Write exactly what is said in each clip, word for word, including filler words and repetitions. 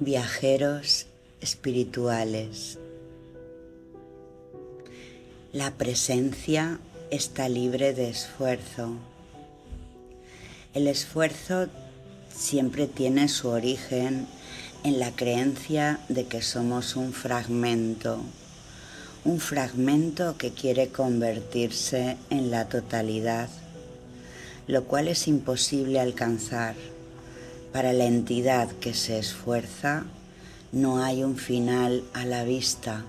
Viajeros espirituales. La presencia está libre de esfuerzo. El esfuerzo siempre tiene su origen en la creencia de que somos un fragmento, un fragmento que quiere convertirse en la totalidad, lo cual es imposible alcanzar. Para la entidad que se esfuerza, no hay un final a la vista.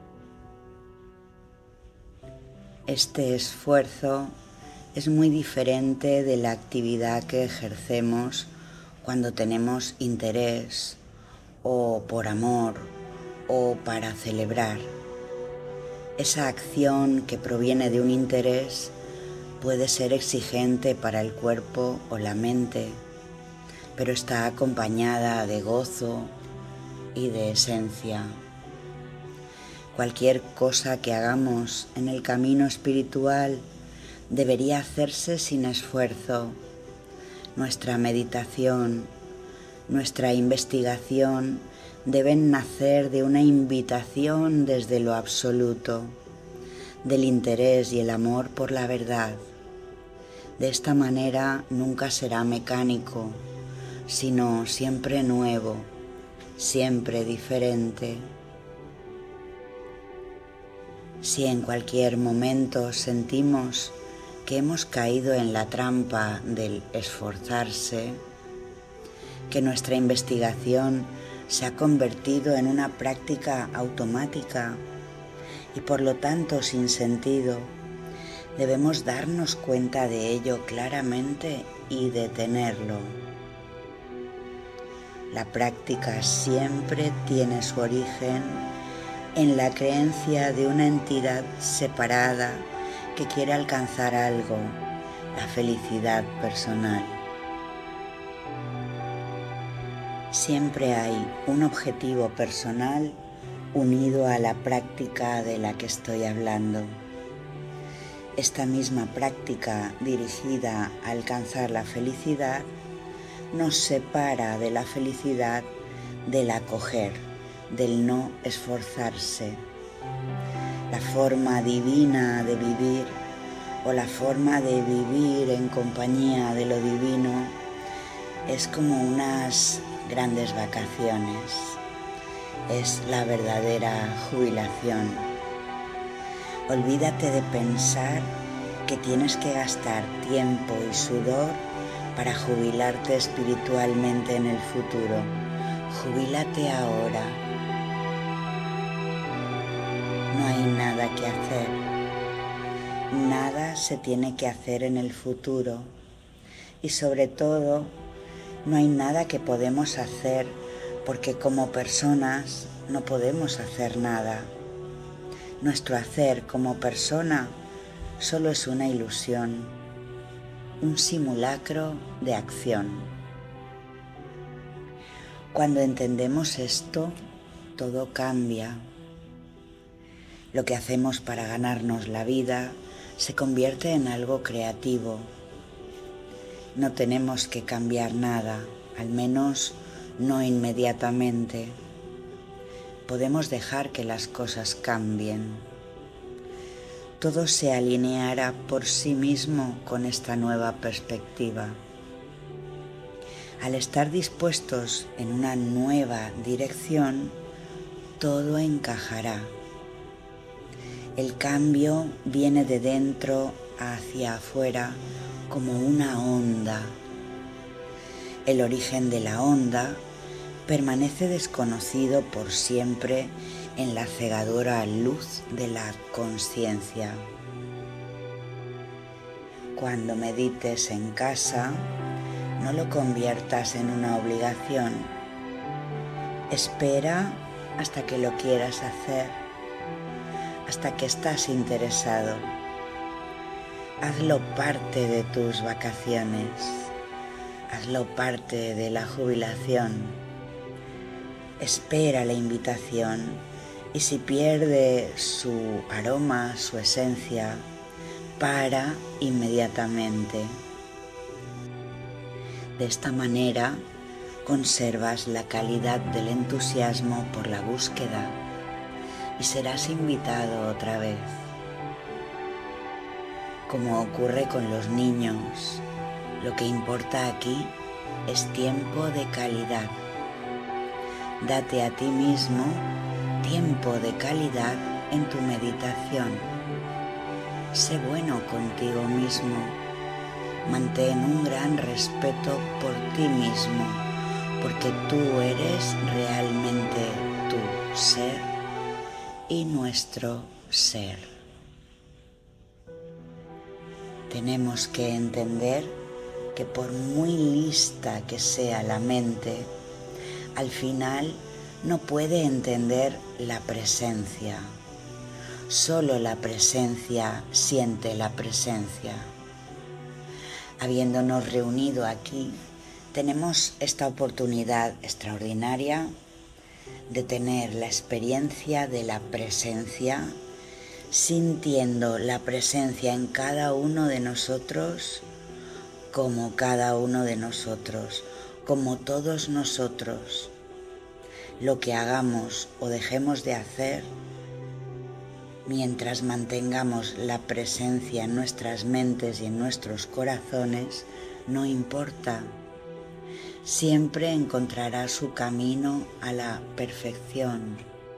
Este esfuerzo es muy diferente de la actividad que ejercemos cuando tenemos interés, o por amor, o para celebrar. Esa acción que proviene de un interés puede ser exigente para el cuerpo o la mente, pero está acompañada de gozo y de esencia. Cualquier cosa que hagamos en el camino espiritual debería hacerse sin esfuerzo. Nuestra meditación, nuestra investigación deben nacer de una invitación desde lo absoluto, del interés y el amor por la verdad. De esta manera nunca será mecánico, sino siempre nuevo, siempre diferente. Si en cualquier momento sentimos que hemos caído en la trampa del esforzarse, que nuestra investigación se ha convertido en una práctica automática y por lo tanto sin sentido, debemos darnos cuenta de ello claramente y detenerlo. La práctica siempre tiene su origen en la creencia de una entidad separada que quiere alcanzar algo, la felicidad personal. Siempre hay un objetivo personal unido a la práctica de la que estoy hablando. Esta misma práctica dirigida a alcanzar la felicidad nos separa de la felicidad del acoger, del no esforzarse. La forma divina de vivir o la forma de vivir en compañía de lo divino es como unas grandes vacaciones. Es la verdadera jubilación. Olvídate de pensar que tienes que gastar tiempo y sudor para jubilarte espiritualmente en el futuro. Jubílate ahora. No hay nada que hacer. Nada se tiene que hacer en el futuro. Y sobre todo, no hay nada que podemos hacer porque como personas no podemos hacer nada. Nuestro hacer como persona solo es una ilusión, un simulacro de acción. Cuando entendemos esto, todo cambia. Lo que hacemos para ganarnos la vida se convierte en algo creativo. No tenemos que cambiar nada, al menos no inmediatamente. Podemos dejar que las cosas cambien. Todo se alineará por sí mismo con esta nueva perspectiva. Al estar dispuestos en una nueva dirección, todo encajará. El cambio viene de dentro hacia afuera como una onda. El origen de la onda permanece desconocido por siempre en la cegadora luz de la conciencia. Cuando medites en casa, no lo conviertas en una obligación. Espera hasta que lo quieras hacer, hasta que estás interesado. Hazlo parte de tus vacaciones, hazlo parte de la jubilación. Espera la invitación y si pierde su aroma, su esencia, para inmediatamente. De esta manera conservas la calidad del entusiasmo por la búsqueda y serás invitado otra vez. Como ocurre con los niños, lo que importa aquí es tiempo de calidad. Date a ti mismo tiempo de calidad en tu meditación. Sé bueno contigo mismo. Mantén un gran respeto por ti mismo, porque tú eres realmente tu ser y nuestro ser. Tenemos que entender que por muy lista que sea la mente, al final no puede entender la presencia. Solo la presencia siente la presencia. Habiéndonos reunido aquí, tenemos esta oportunidad extraordinaria de tener la experiencia de la presencia, sintiendo la presencia en cada uno de nosotros, como cada uno de nosotros, como todos nosotros. Lo que hagamos o dejemos de hacer, mientras mantengamos la presencia en nuestras mentes y en nuestros corazones, no importa. Siempre encontrará su camino a la perfección.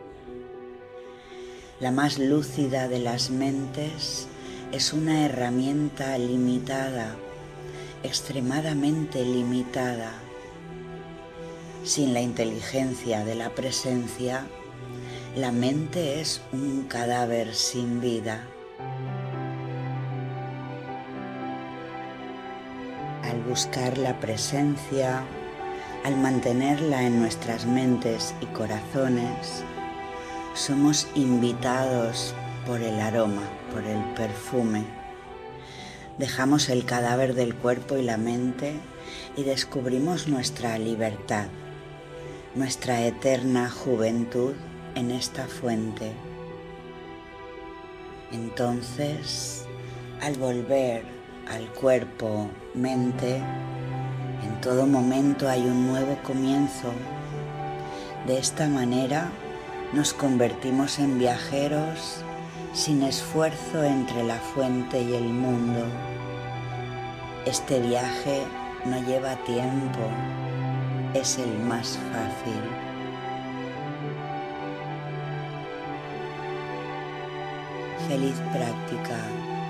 La más lúcida de las mentes es una herramienta limitada, extremadamente limitada. Sin la inteligencia de la presencia, la mente es un cadáver sin vida. Al buscar la presencia, al mantenerla en nuestras mentes y corazones, somos invitados por el aroma, por el perfume. Dejamos el cadáver del cuerpo y la mente y descubrimos nuestra libertad, nuestra eterna juventud en esta fuente. Entonces, al volver al cuerpo, mente, en todo momento hay un nuevo comienzo. De esta manera nos convertimos en viajeros sin esfuerzo entre la fuente y el mundo. Este viaje no lleva tiempo, es el más fácil. Feliz práctica.